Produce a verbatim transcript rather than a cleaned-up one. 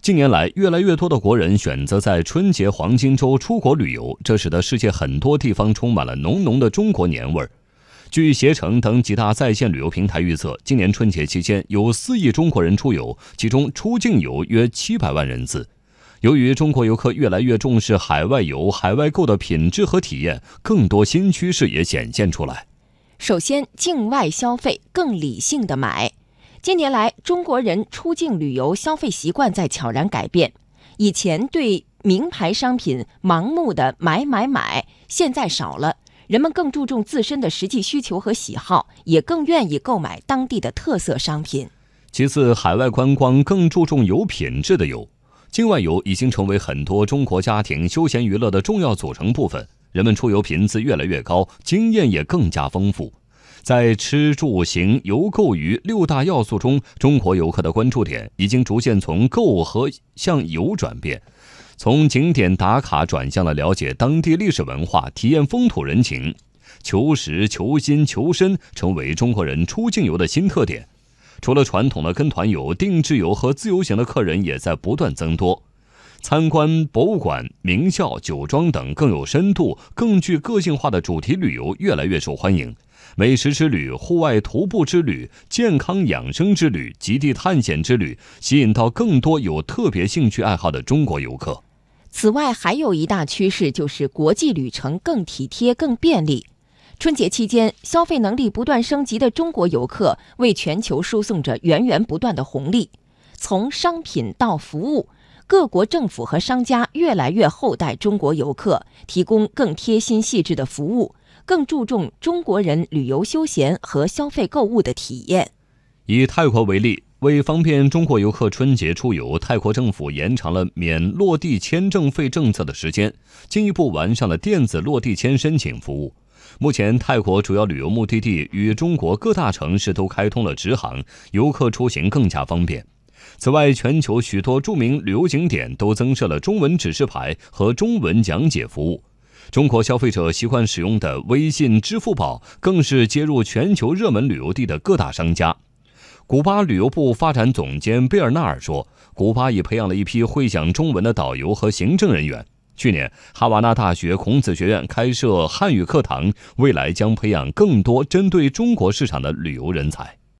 近年来，越来越多的国人选择在春节黄金周出国旅游，这使得世界很多地方充满了浓浓的中国年味儿。据携程等几大在线旅游平台预测，今年春节期间有四亿中国人出游，其中出境游约七百万人次。由于中国游客越来越重视海外游、海外购的品质和体验，更多新趋势也显现出来。 首先，境外消费更理性的买。近年来，中国人出境旅游消费习惯在悄然改变。以前对名牌商品盲目的买买买，现在少了。人们更注重自身的实际需求和喜好，也更愿意购买当地的特色商品。 其次，海外观光更注重有品质的游。境外游已经成为很多中国家庭休闲娱乐的重要组成部分，人们出游频次越来越高，经验也更加丰富。在吃住行游购娱六大要素中，中国游客的关注点已经逐渐从购和向游转变，从景点打卡转向了了解当地历史文化，体验风土人情。求实、求新、求深成为中国人出境游的新特点。除了传统的跟团游，定制游和自由行的客人也在不断增多。参观博物馆、名校、酒庄等更有深度、更具个性化的主题旅游越来越受欢迎。美食之旅、户外徒步之旅、健康养生之旅、极地探险之旅，吸引到更多有特别兴趣爱好的中国游客。 此外，还有一大趋势就是国际旅程更体贴、更便利。春节期间，消费能力不断升级的中国游客为全球输送着源源不断的红利。从商品到服务，各国政府和商家越来越厚待中国游客，提供更贴心细致的服务，更注重中国人旅游休闲和消费购物的体验。 以泰国为例，为方便中国游客春节出游，泰国政府延长了免落地签证费政策的时间，进一步完善了电子落地签申请服务。目前，泰国主要旅游目的地与中国各大城市都开通了直航，游客出行更加方便。此外，全球许多著名旅游景点都增设了中文指示牌和中文讲解服务。中国消费者习惯使用的微信、支付宝更是接入全球热门旅游地的各大商家。古巴旅游部发展总监贝尔纳尔说，古巴已培养了一批会讲中文的导游和行政人员。去年，哈瓦那大学孔子学院开设汉语课堂，未来将培养更多针对中国市场的旅游人才。